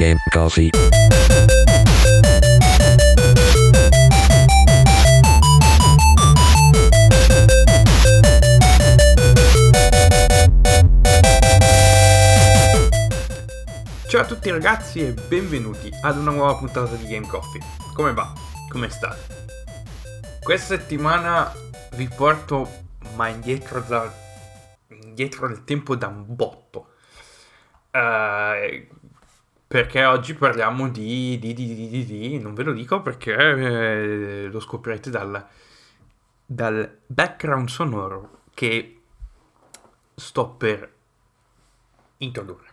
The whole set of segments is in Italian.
Game Coffee. Ciao a tutti ragazzi e benvenuti ad una nuova puntata di Game Coffee. Come va? Come state? Questa settimana vi porto indietro nel tempo da un botto. Perché oggi parliamo di non ve lo dico perché lo scoprirete dal background sonoro che sto per introdurre.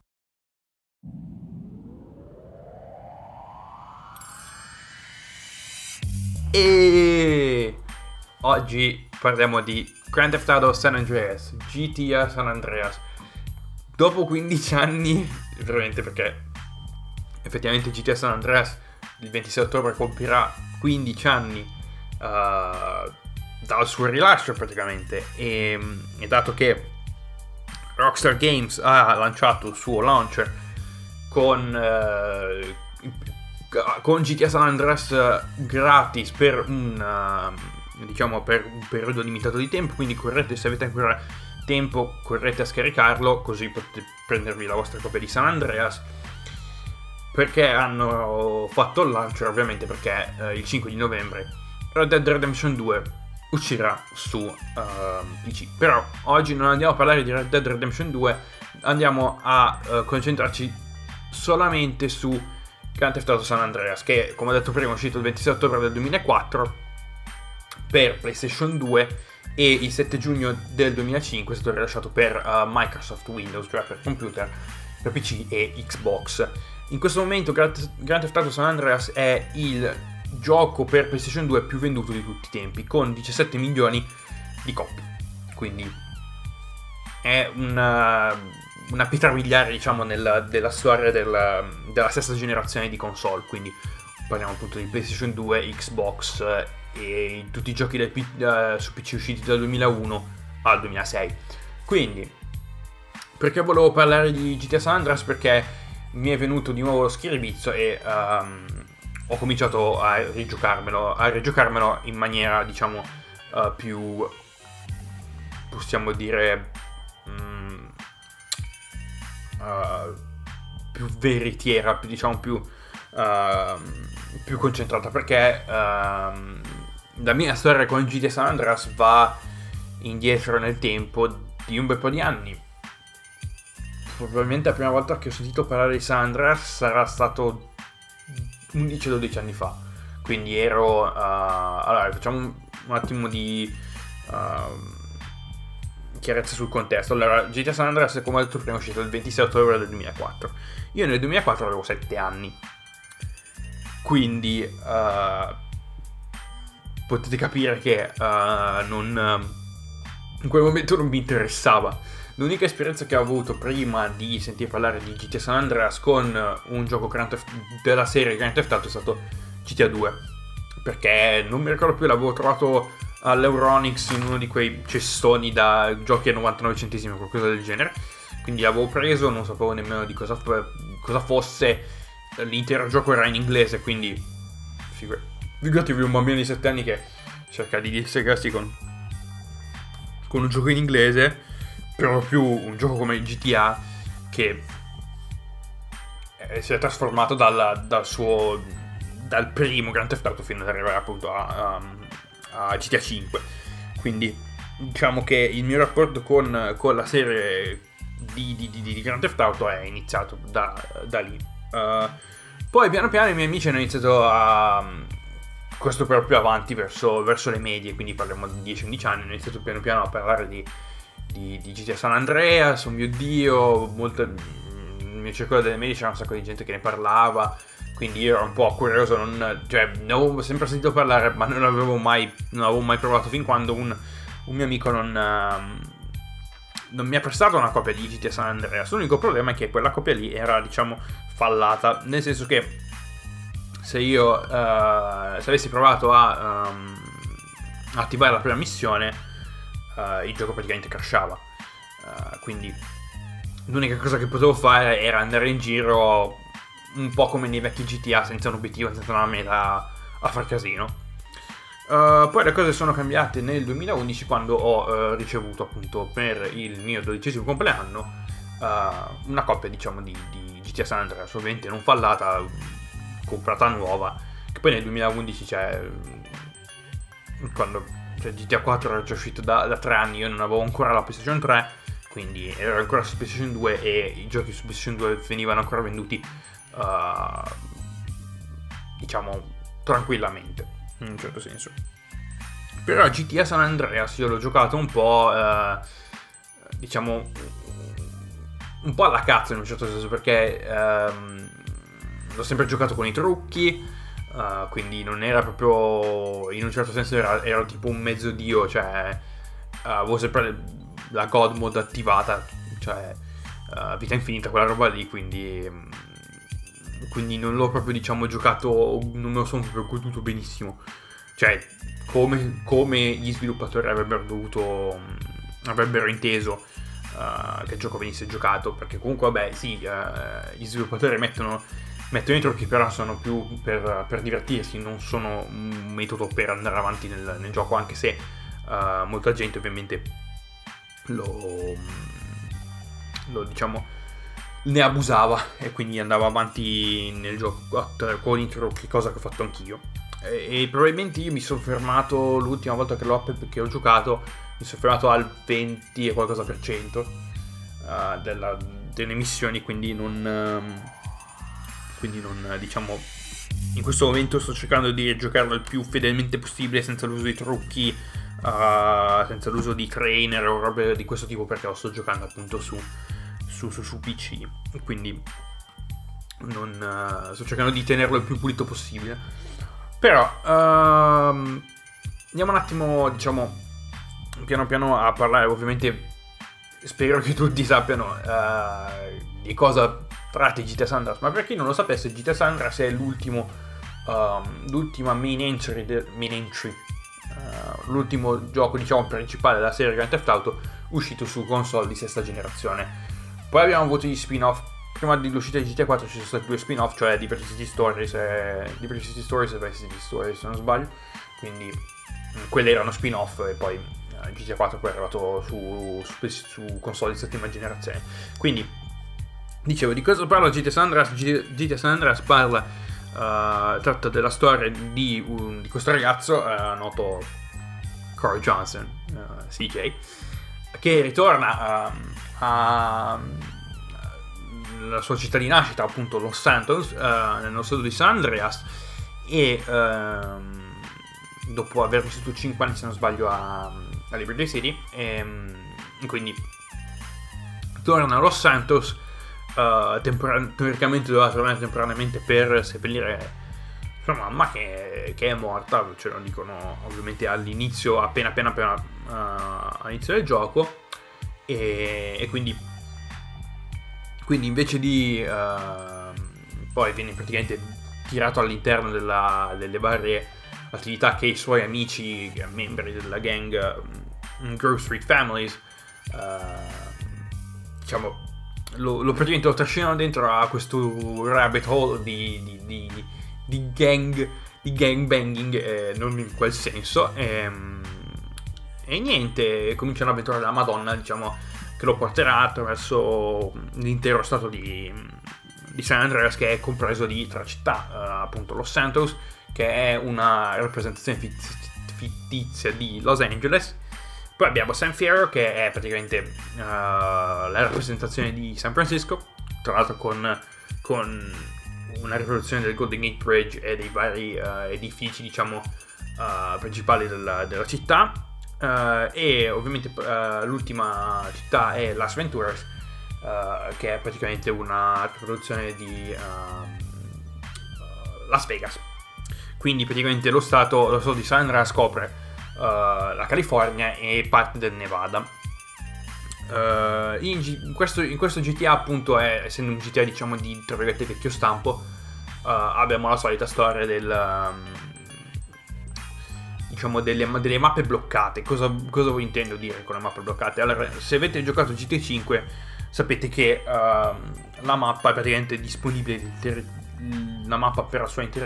E oggi parliamo di Grand Theft Auto San Andreas, GTA San Andreas. Dopo 15 anni, veramente, perché effettivamente GTA San Andreas il 26 ottobre compirà 15 anni dal suo rilascio praticamente, e dato che Rockstar Games ha lanciato il suo launcher con GTA San Andreas gratis per un periodo limitato di tempo, quindi correte, se avete ancora tempo, correte a scaricarlo così potete prendervi la vostra copia di San Andreas. Perché hanno fatto il launcher? Ovviamente perché il 5 di novembre Red Dead Redemption 2 uscirà su PC. Però oggi non andiamo a parlare di Red Dead Redemption 2, andiamo a concentrarci solamente su Grand Theft Auto San Andreas, che come ho detto prima è uscito il 26 ottobre del 2004 per PlayStation 2 e il 7 giugno del 2005 è stato rilasciato per Microsoft Windows, cioè per computer, per PC e Xbox. In questo momento Grand Theft Auto San Andreas è il gioco per PlayStation 2 più venduto di tutti i tempi, con 17 milioni di copie. Quindi è una pietra miliare, diciamo, della storia della stessa generazione di console. Quindi parliamo appunto di PlayStation 2, Xbox e tutti i giochi su PC usciti dal 2001 al 2006. Quindi perché volevo parlare di GTA San Andreas? Perché mi è venuto di nuovo lo schiribizzo e ho cominciato a rigiocarmelo in maniera, diciamo, più, possiamo dire, più veritiera, più concentrata, perché la mia storia con GTA San Andreas va indietro nel tempo di un bel po' di anni. Probabilmente la prima volta che ho sentito parlare di San Andreas sarà stato 11-12 anni fa, quindi ero allora facciamo un attimo di chiarezza sul contesto. Allora, GTA San Andreas, come ho detto prima, è uscito il 26 ottobre del 2004. Io nel 2004 avevo 7 anni, quindi potete capire che in quel momento non mi interessava. L'unica esperienza che ho avuto prima di sentire parlare di GTA San Andreas con un gioco della serie Grand Theft Auto è stato GTA 2, perché non mi ricordo più, l'avevo trovato all'Euronix in uno di quei cestoni da giochi a 99 centesimi o qualcosa del genere. Quindi l'avevo preso, non sapevo nemmeno di cosa fosse, l'intero gioco era in inglese, quindi figuratevi un bambino di 7 anni che cerca di dissegarsi con un gioco in inglese, però più un gioco come GTA che si è trasformato dal primo Grand Theft Auto fino ad arrivare appunto a GTA 5. Quindi diciamo che il mio rapporto con la serie di Grand Theft Auto è iniziato da lì. Poi piano piano i miei amici hanno iniziato questo però più avanti verso le medie, quindi parliamo di 10-11 anni, hanno iniziato piano piano a parlare di GTA San Andreas. Oh mio Dio, nel mio circolo delle medie c'era un sacco di gente che ne parlava, quindi io ero un po' curioso, ne avevo sempre sentito parlare, ma non avevo mai provato, fin quando un mio amico non mi ha prestato una copia di GTA San Andreas. L'unico problema è che quella copia lì era, diciamo, fallata, nel senso che se avessi provato a attivare la prima missione, il gioco praticamente crashava, quindi l'unica cosa che potevo fare era andare in giro un po' come nei vecchi GTA, senza un obiettivo, senza una meta a far casino. Poi le cose sono cambiate nel 2011 quando ho ricevuto appunto per il mio 12° compleanno una copia diciamo di GTA San Andreas, ovviamente non fallata, comprata nuova, che poi nel 2011 quando GTA 4 era già uscito da 3 anni, io non avevo ancora la PlayStation 3, quindi ero ancora su PlayStation 2 e i giochi su PlayStation 2 venivano ancora venduti diciamo tranquillamente, in un certo senso. Però GTA San Andreas io l'ho giocato un po' diciamo un po' alla cazzo, in un certo senso, perché l'ho sempre giocato con i trucchi, quindi non era proprio, in un certo senso era tipo un mezzo dio, cioè avevo sempre la God mode attivata, cioè vita infinita, quella roba lì, quindi non l'ho proprio diciamo giocato, non me lo sono proprio goduto benissimo, cioè come gli sviluppatori avrebbero inteso che il gioco venisse giocato, perché comunque vabbè sì, gli sviluppatori mettono i trucchi, però sono più per divertirsi, non sono un metodo per andare avanti nel gioco, anche se molta gente ovviamente lo diciamo ne abusava e quindi andava avanti nel gioco con i trucchi, cosa che ho fatto anch'io. E probabilmente io mi sono fermato l'ultima volta che ho giocato, mi sono fermato al 20 e qualcosa per cento delle missioni, quindi non diciamo, in questo momento sto cercando di giocarlo il più fedelmente possibile, senza l'uso di trucchi, senza l'uso di trainer o robe di questo tipo, perché lo sto giocando appunto su PC, quindi sto cercando di tenerlo il più pulito possibile. Però andiamo un attimo, diciamo, piano piano a parlare. Ovviamente spero che tutti sappiano di cosa tratti GTA San Andreas, ma per chi non lo sapesse, GTA San Andreas è l'ultima main entry, l'ultimo gioco diciamo principale della serie Grand Theft Auto uscito su console di sesta generazione. Poi abbiamo avuto gli spin-off. Prima dell'uscita di GTA 4 ci sono stati 2 spin-off, cioè Liberty City Stories e Vice City Stories, se non sbaglio. Quindi quelli erano spin-off, e poi GTA 4 poi è arrivato su console di settima generazione. Quindi dicevo, di cosa parla GTA San Andreas? GTA San Andreas tratta della storia di questo ragazzo noto Corey Johnson, CJ, che ritorna la sua città di nascita, appunto Los Santos, nello stato di San Andreas, e dopo aver vissuto 5 anni, se non sbaglio, a Liberty City, quindi torna a Los Santos, teoricamente doveva tornare temporaneamente per seppellire sua mamma che è morta, ce lo dicono ovviamente all'inizio, appena all'inizio del gioco, e quindi invece di poi viene praticamente tirato all'interno delle varie attività che i suoi amici, membri della gang Grove Street Families, diciamo, lo praticamente lo trascinano dentro a questo rabbit hole di gang banging, non in quel senso, e niente, comincia un'avventura della Madonna, diciamo, che lo porterà attraverso l'intero stato di San Andreas, che è compreso di 3 città, appunto Los Santos, che è una rappresentazione fittizia di Los Angeles. Poi abbiamo San Fierro, che è praticamente la rappresentazione di San Francisco, tra l'altro con una riproduzione del Golden Gate Bridge e dei vari edifici, diciamo, principali della città. E ovviamente l'ultima città è Las Venturas, che è praticamente una riproduzione di Las Vegas. Quindi praticamente lo stato di San Andreas copre la California e parte del Nevada. In questo GTA, appunto, essendo un GTA, diciamo, di tra virgolette vecchio stampo, abbiamo la solita storia diciamo delle mappe bloccate. Cosa vuoi intendo dire con le mappe bloccate? Allora, se avete giocato GTA 5 sapete che la mappa è praticamente disponibile la mappa per la sua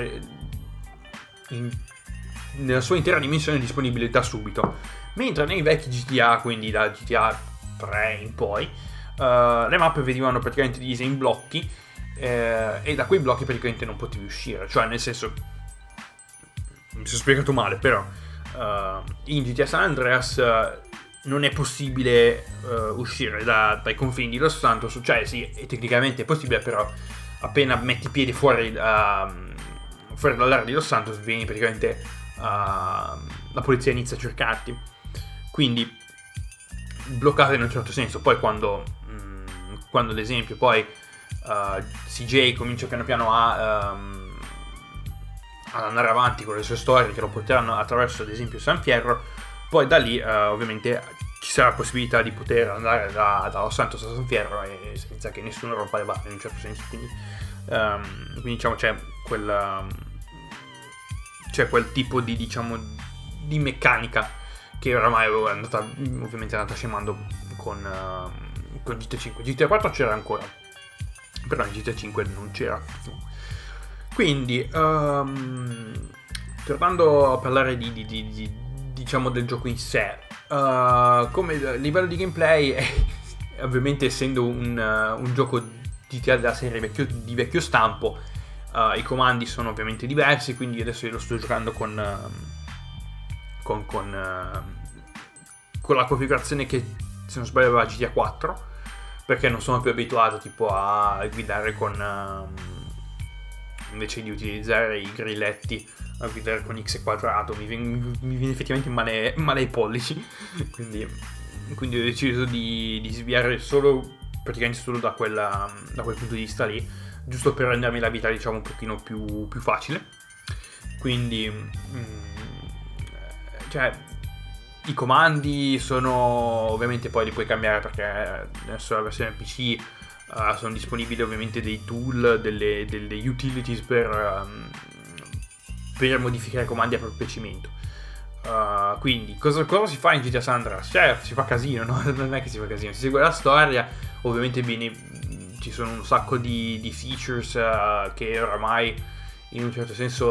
nella sua intera dimensione disponibile da subito, mentre nei vecchi GTA, quindi da GTA 3 in poi, le mappe venivano praticamente divise in blocchi, e da quei blocchi praticamente non potevi uscire, cioè nel senso, mi sono spiegato male, però in GTA San Andreas non è possibile uscire dai confini di Los Santos, cioè sì, tecnicamente è possibile, però appena metti piedi fuori dall'area di Los Santos vieni praticamente, la polizia inizia a cercarti, quindi bloccate in un certo senso. Poi quando ad esempio poi CJ comincia piano piano ad andare avanti con le sue storie che lo porteranno attraverso ad esempio San Fierro, poi da lì ovviamente ci sarà la possibilità di poter andare da Los Santos a San Fierro e senza che nessuno rompa le balle in un certo senso, quindi diciamo c'è quel tipo di, diciamo, di meccanica che oramai è andata scemando con GTA 5. GTA 4 c'era ancora, però in GTA 5 non c'era più. Quindi tornando a parlare diciamo del gioco in sé, come livello di gameplay ovviamente essendo un gioco GTA della serie di vecchio stampo, i comandi sono ovviamente diversi, quindi adesso io lo sto giocando con la configurazione che, se non sbaglio, aveva GTA 4, perché non sono più abituato tipo a guidare invece di utilizzare i grilletti, a guidare con X quadrato, mi viene effettivamente male ai pollici, quindi ho deciso di sviare praticamente solo da quel punto di vista lì, giusto per rendermi la vita, diciamo, un pochino più facile. Quindi cioè i comandi sono, ovviamente poi li puoi cambiare, perché adesso la versione PC sono disponibili ovviamente dei tool, delle utilities per modificare i comandi a proprio piacimento. Quindi cosa si fa in GTA San Andreas? Cioè si fa casino, no? Non è che si fa casino, si segue la storia, ovviamente ci sono un sacco di features che oramai in un certo senso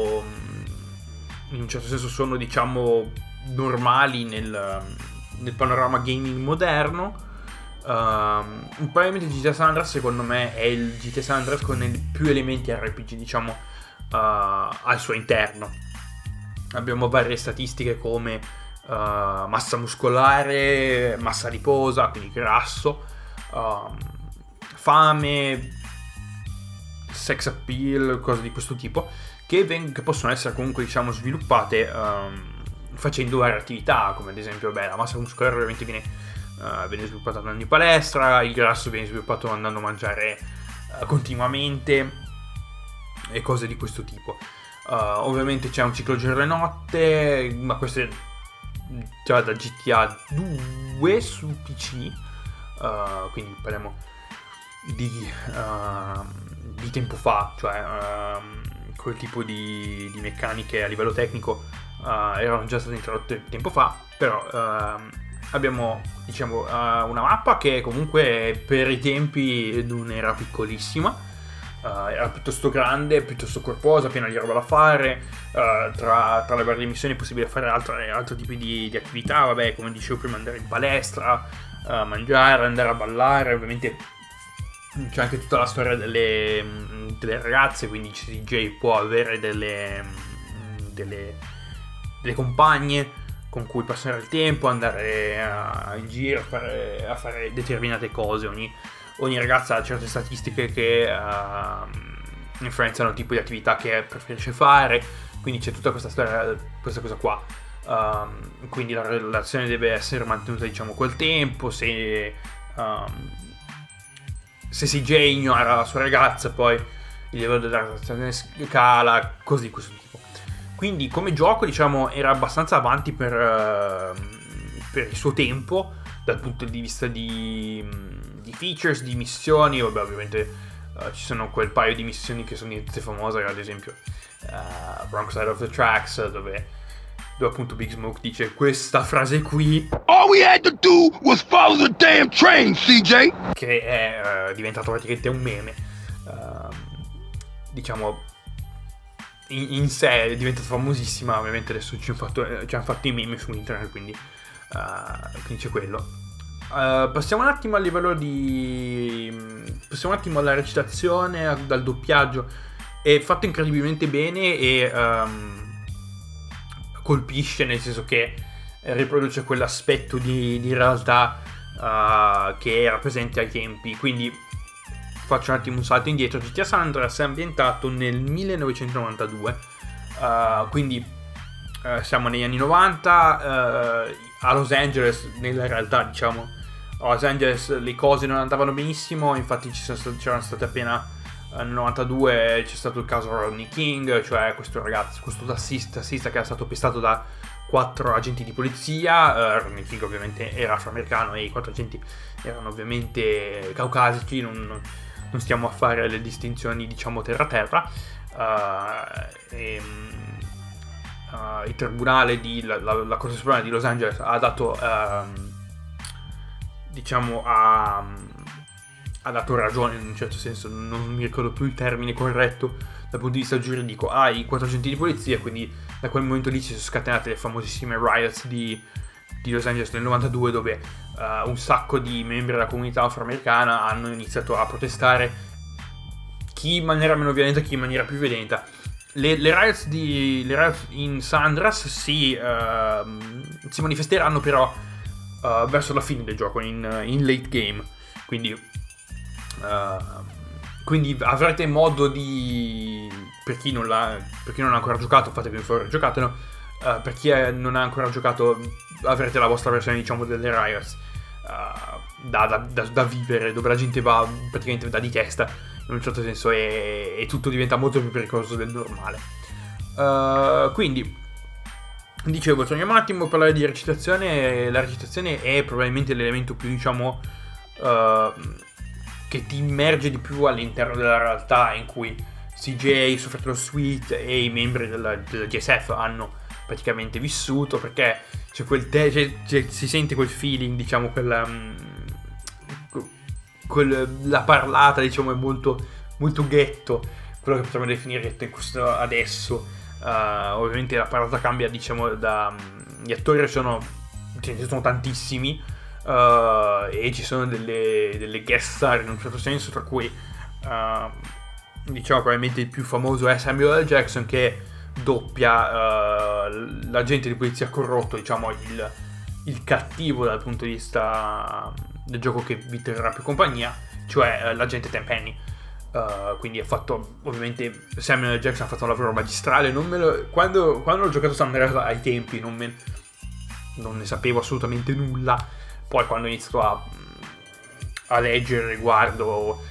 sono, diciamo, normali nel panorama gaming moderno. Probabilmente GTA San Andreas secondo me è il GTA San Andreas con più elementi RPG, diciamo, al suo interno. Abbiamo varie statistiche come massa muscolare, massa adiposa, quindi grasso, fame, sex appeal, cose di questo tipo, che possono essere comunque, diciamo, sviluppate facendo varie attività, come ad esempio la massa muscolare ovviamente viene sviluppata andando in palestra, il grasso viene sviluppato andando a mangiare continuamente e cose di questo tipo. Ovviamente c'è un ciclo giorno e notte, ma questo è già da GTA 2 su PC, quindi parliamo di tempo fa, cioè quel tipo di meccaniche a livello tecnico erano già state introdotte tempo fa, però abbiamo, diciamo, una mappa che comunque per i tempi non era piccolissima, era piuttosto grande, piuttosto corposa, piena di roba da fare. Tra le varie missioni è possibile fare altri tipi di attività, vabbè, come dicevo prima, andare in palestra, mangiare, andare a ballare. Ovviamente c'è anche tutta la storia delle ragazze, quindi CJ può avere delle compagne con cui passare il tempo, andare in giro a fare determinate cose. Ogni ragazza ha certe statistiche che influenzano il tipo di attività che preferisce fare, quindi c'è tutta questa storia, questa cosa qua. Quindi la relazione deve essere mantenuta, diciamo, col tempo. Se CJ ignora la sua ragazza, poi il livello della relazione scala, cose di questo tipo. Quindi come gioco, diciamo, era abbastanza avanti per il suo tempo, dal punto di vista di features, di missioni. Vabbè, ovviamente ci sono quel paio di missioni che sono diventate famose, ad esempio Wrong Side of the Tracks, dove appunto Big Smoke dice questa frase qui: "All we had to do was follow the damn train, CJ", che è diventato praticamente un meme. diciamo in sé è diventata famosissima. Ovviamente adesso ci hanno fatto i meme su internet, quindi c'è quello. Passiamo un attimo al livello passiamo un attimo alla recitazione, dal doppiaggio. È fatto incredibilmente bene e colpisce, nel senso che riproduce quell'aspetto di realtà che era presente ai tempi. Quindi faccio un attimo un salto indietro. GTA San Andreas è ambientato nel 1992, quindi siamo negli anni 90, a Los Angeles. Nella realtà, diciamo, a Los Angeles le cose non andavano benissimo, infatti c'erano state appena nel 92 c'è stato il caso Rodney King, cioè questo tassista che era stato pestato da 4 agenti di polizia. Rodney King ovviamente era afroamericano e i 4 agenti erano ovviamente caucasici, non stiamo a fare le distinzioni, diciamo, terra-terra. Il tribunale la Corte Suprema di Los Angeles ha dato diciamo ha dato ragione, in un certo senso, non mi ricordo più il termine corretto dal punto di vista giuridico, ai 4 agenti di polizia. Quindi da quel momento lì si sono scatenate le famosissime riots di Los Angeles nel 92, dove un sacco di membri della comunità afroamericana hanno iniziato a protestare, chi in maniera meno violenta, chi in maniera più violenta. Le riots in San Andreas si manifesteranno però verso la fine del gioco, in late game, quindi avrete modo di, per chi non ha ancora giocato, fatevi un favore, giocatelo. Per chi non ha ancora giocato, avrete la vostra versione, diciamo, delle riots da vivere, dove la gente va praticamente da di testa, in un certo senso, e tutto diventa molto più pericoloso del normale. Quindi, dicevo, torniamo un attimo a parlare di recitazione. La recitazione è probabilmente l'elemento più, diciamo, che ti immerge di più all'interno della realtà in cui CJ, suo fratello Sweet e i membri della GSF hanno praticamente vissuto, perché c'è si sente quel feeling, diciamo, la parlata, diciamo, è molto, molto ghetto, quello che potremmo definire ghetto in questo adesso. Ovviamente la parlata cambia, diciamo, gli attori ce ne sono tantissimi, e ci sono delle guest star in un certo senso, tra cui diciamo probabilmente il più famoso è Samuel L. Jackson, che doppia l'agente di polizia corrotto, diciamo il cattivo dal punto di vista del gioco che vi terrà più compagnia, cioè l'agente Tenpenny. Quindi ha fatto, ovviamente Samuel L. Jackson ha fatto un lavoro magistrale. Quando l'ho giocato San Andreas ai tempi non ne sapevo assolutamente nulla. Poi quando ho iniziato a leggere riguardo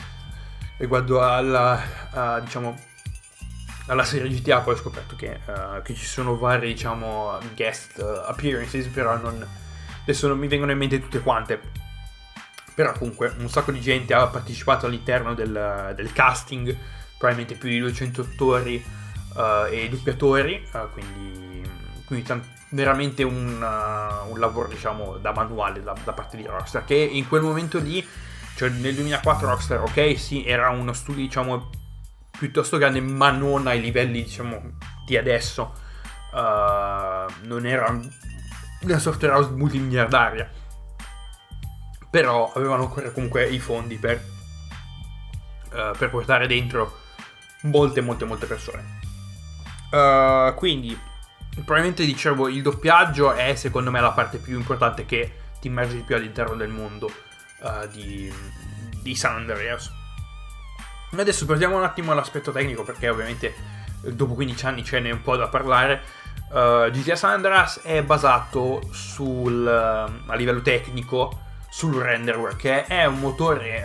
diciamo alla serie GTA, poi ho scoperto che ci sono vari, diciamo, guest appearances, però adesso non mi vengono in mente tutte quante. Però comunque un sacco di gente ha partecipato all'interno del casting, probabilmente più di 200 attori e doppiatori, quindi veramente un lavoro, diciamo, da manuale da parte di Rockstar, che in quel momento lì, cioè nel 2004, Rockstar, ok, sì, era uno studio, diciamo, piuttosto grande, ma non ai livelli, diciamo, di adesso. Non era una software house multimiliardaria, però avevano ancora comunque i fondi per portare dentro molte persone. Quindi probabilmente, dicevo, il doppiaggio è secondo me la parte più importante, che ti immergi di più all'interno del mondo di San Andreas. Adesso partiamo un attimo all'aspetto tecnico, perché ovviamente dopo 15 anni ce n'è un po' da parlare. GTA San Andreas è basato a livello tecnico sul Renderware, che è un motore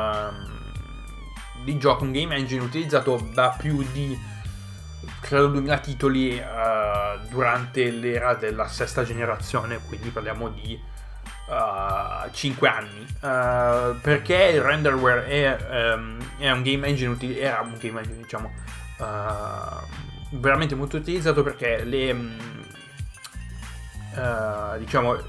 di gioco, un game engine utilizzato da più di, credo, 2000 titoli durante l'era della sesta generazione, quindi parliamo di 5 anni, perché il Renderware è un game engine era un game engine, diciamo, veramente molto utilizzato, perché diciamo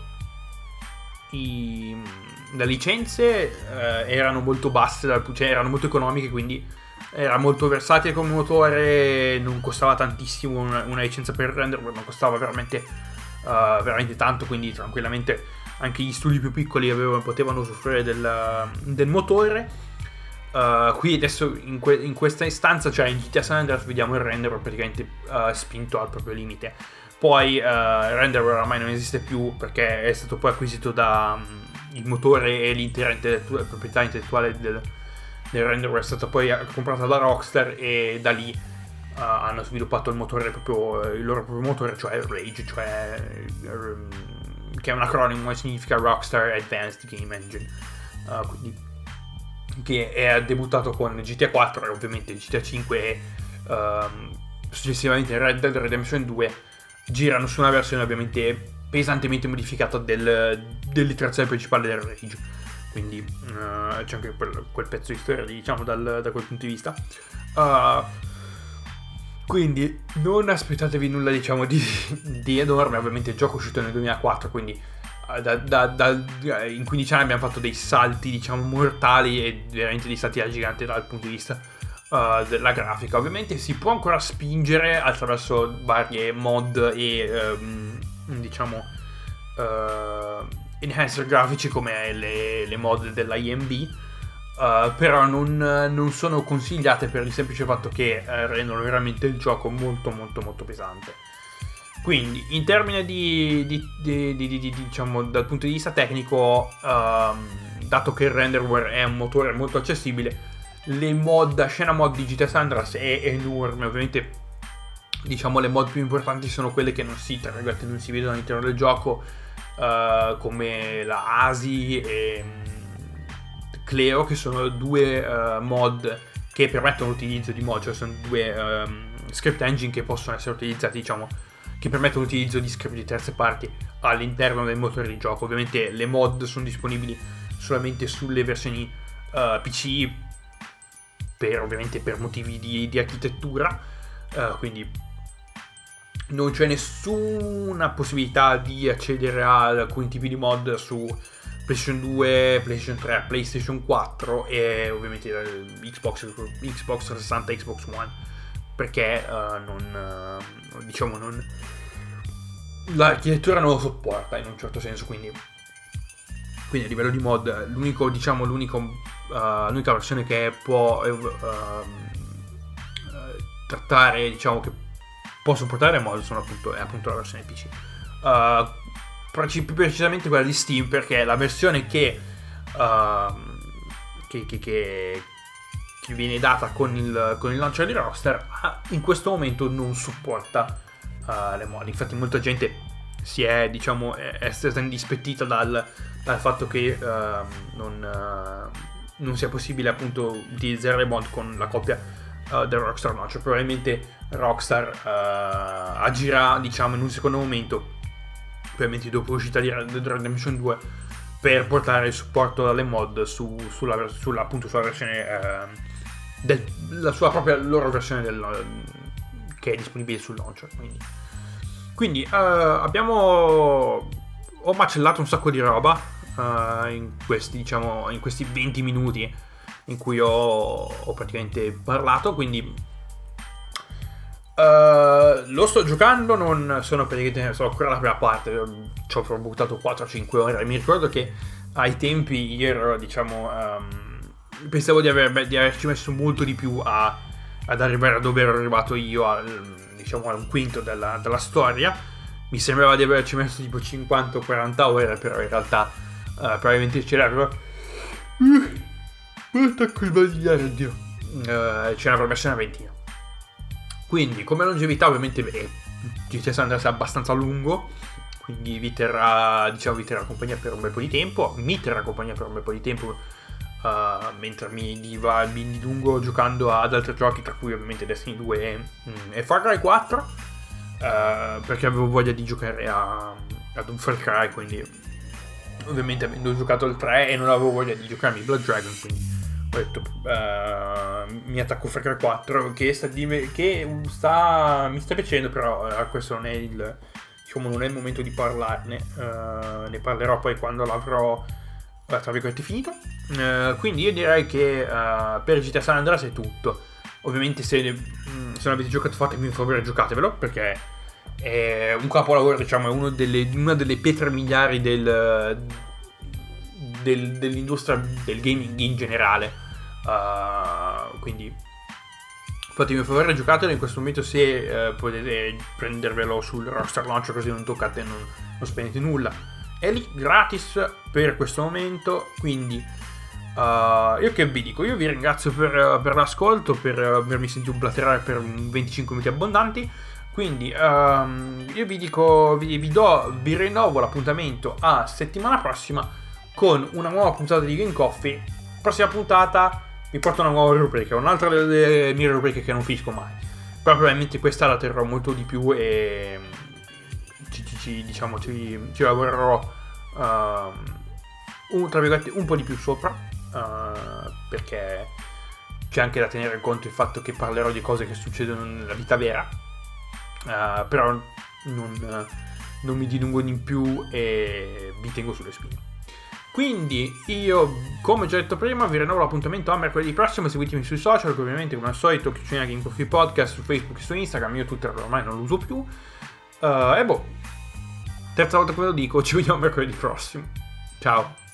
le licenze erano molto basse, cioè erano molto economiche, quindi era molto versatile come motore, non costava tantissimo, una licenza per renderlo non costava veramente tanto, quindi tranquillamente anche gli studi più piccoli potevano usufruire del motore. Qui adesso in questa istanza, cioè in GTA San Andreas, vediamo il renderer praticamente spinto al proprio limite. Poi il renderer oramai non esiste più perché è stato poi acquisito da il motore e l'intera proprietà intellettuale del renderer è stata poi comprata da Rockstar, e da lì hanno sviluppato il motore il loro proprio motore, cioè Rage, che è un acronimo e significa Rockstar Advanced Game Engine, quindi che è debuttato con GTA 4 e ovviamente GTA 5 e successivamente Red Dead Redemption 2 girano su una versione ovviamente pesantemente modificata dell'iterazione principale del Rage, quindi c'è anche quel pezzo di storia, diciamo, da quel punto di vista. Quindi non aspettatevi nulla, diciamo, di enorme. Ovviamente il gioco è uscito nel 2004, quindi in 15 anni abbiamo fatto dei salti, diciamo, mortali, e veramente dei salti giganti dal punto di vista della grafica. Ovviamente si può ancora spingere attraverso varie mod e diciamo enhancer grafici come le mod dell'IMB, però non sono consigliate per il semplice fatto che rendono veramente il gioco molto molto molto pesante. Quindi in termini diciamo dal punto di vista tecnico, dato che il renderware è un motore molto accessibile, la scena mod di GTA San Andreas è enorme. Ovviamente, diciamo, le mod più importanti sono quelle che non si vedono all'interno del gioco, come la ASI e Cleo, che sono due mod che permettono l'utilizzo di mod, cioè sono due script engine che possono essere utilizzati, diciamo, che permettono l'utilizzo di script di terze parti all'interno del motore di gioco. Ovviamente le mod sono disponibili solamente sulle versioni PC, ovviamente per motivi di architettura, quindi non c'è nessuna possibilità di accedere a alcuni tipi di mod su PlayStation 2, PlayStation 3, PlayStation 4 e ovviamente Xbox 360 e Xbox One, perché l'architettura non lo sopporta in un certo senso. Quindi a livello di mod l'unica versione che può trattare, diciamo, che può supportare mod è appunto la versione PC, più precisamente quella di Steam, perché è la versione che viene data con il launcher di Rockstar in questo momento non supporta le mod. Infatti molta gente è stata indispettita dal fatto che non sia possibile appunto utilizzare le mod con la copia del Rockstar Launcher. Probabilmente Rockstar agirà, diciamo, in un secondo momento, ovviamente dopo l'uscita di Red Dead Redemption 2, per portare il supporto alle mod sulla versione la loro versione che è disponibile sul launcher. Quindi ho macellato un sacco di roba in questi 20 minuti in cui ho praticamente parlato. Quindi lo sto giocando, non sono ancora la prima parte, ci ho buttato 4-5 ore. Mi ricordo che ai tempi io ero, diciamo, pensavo di averci messo molto di più ad arrivare a dove ero arrivato io, diciamo a un quinto della storia. Mi sembrava di averci messo tipo 50 o 40 ore, però in realtà probabilmente ce n'era perso una ventina. Quindi come longevità ovviamente GTA San Andreas è abbastanza lungo, quindi vi terrà compagnia per un bel po' di tempo. Mi terrà compagnia per un bel po' di tempo, mentre mi dilungo giocando ad altri giochi, tra cui ovviamente Destiny 2 e Far Cry 4, perché avevo voglia di giocare ad un Far Cry. Quindi ovviamente avendo giocato il 3 e non avevo voglia di giocarmi Blood Dragon, quindi ho detto mi attacco Far Cry 4, che mi sta piacendo, però questo non è non è il momento di parlarne. Ne parlerò poi quando l'avrò tra virgolette finito. Quindi io direi che per GTA San Andreas è tutto. Ovviamente se non avete giocato fatevi un favore, giocatevelo, perché è un capolavoro, diciamo, è una delle pietre miliari dell'industria del gaming in generale. Quindi fatevi un favore, giocatelo in questo momento, se potete prendervelo sul Rockstar Launcher, così non toccate, non spendete nulla. È lì gratis per questo momento, quindi io che vi dico, io vi ringrazio per l'ascolto, per avermi sentito blaterare per 25 minuti abbondanti. Quindi io vi dico, vi rinnovo l'appuntamento a settimana prossima con una nuova puntata di Game Coffee. Prossima puntata vi porto una nuova rubrica, un'altra delle mie rubriche che non finisco mai. Però probabilmente questa la terrò molto di più e ci lavorerò tra virgolette un po' di più sopra. Perché c'è anche da tenere conto il fatto che parlerò di cose che succedono nella vita vera, però non mi dilungo di più e vi tengo sulle spine. Quindi io, come già detto prima, vi rinnovo l'appuntamento a mercoledì prossimo. Seguitemi sui social, ovviamente come al solito @ Game Coffee Podcast su Facebook e su Instagram. Io Twitter ormai non lo uso più, e terza volta che ve lo dico, ci vediamo mercoledì prossimo. Ciao.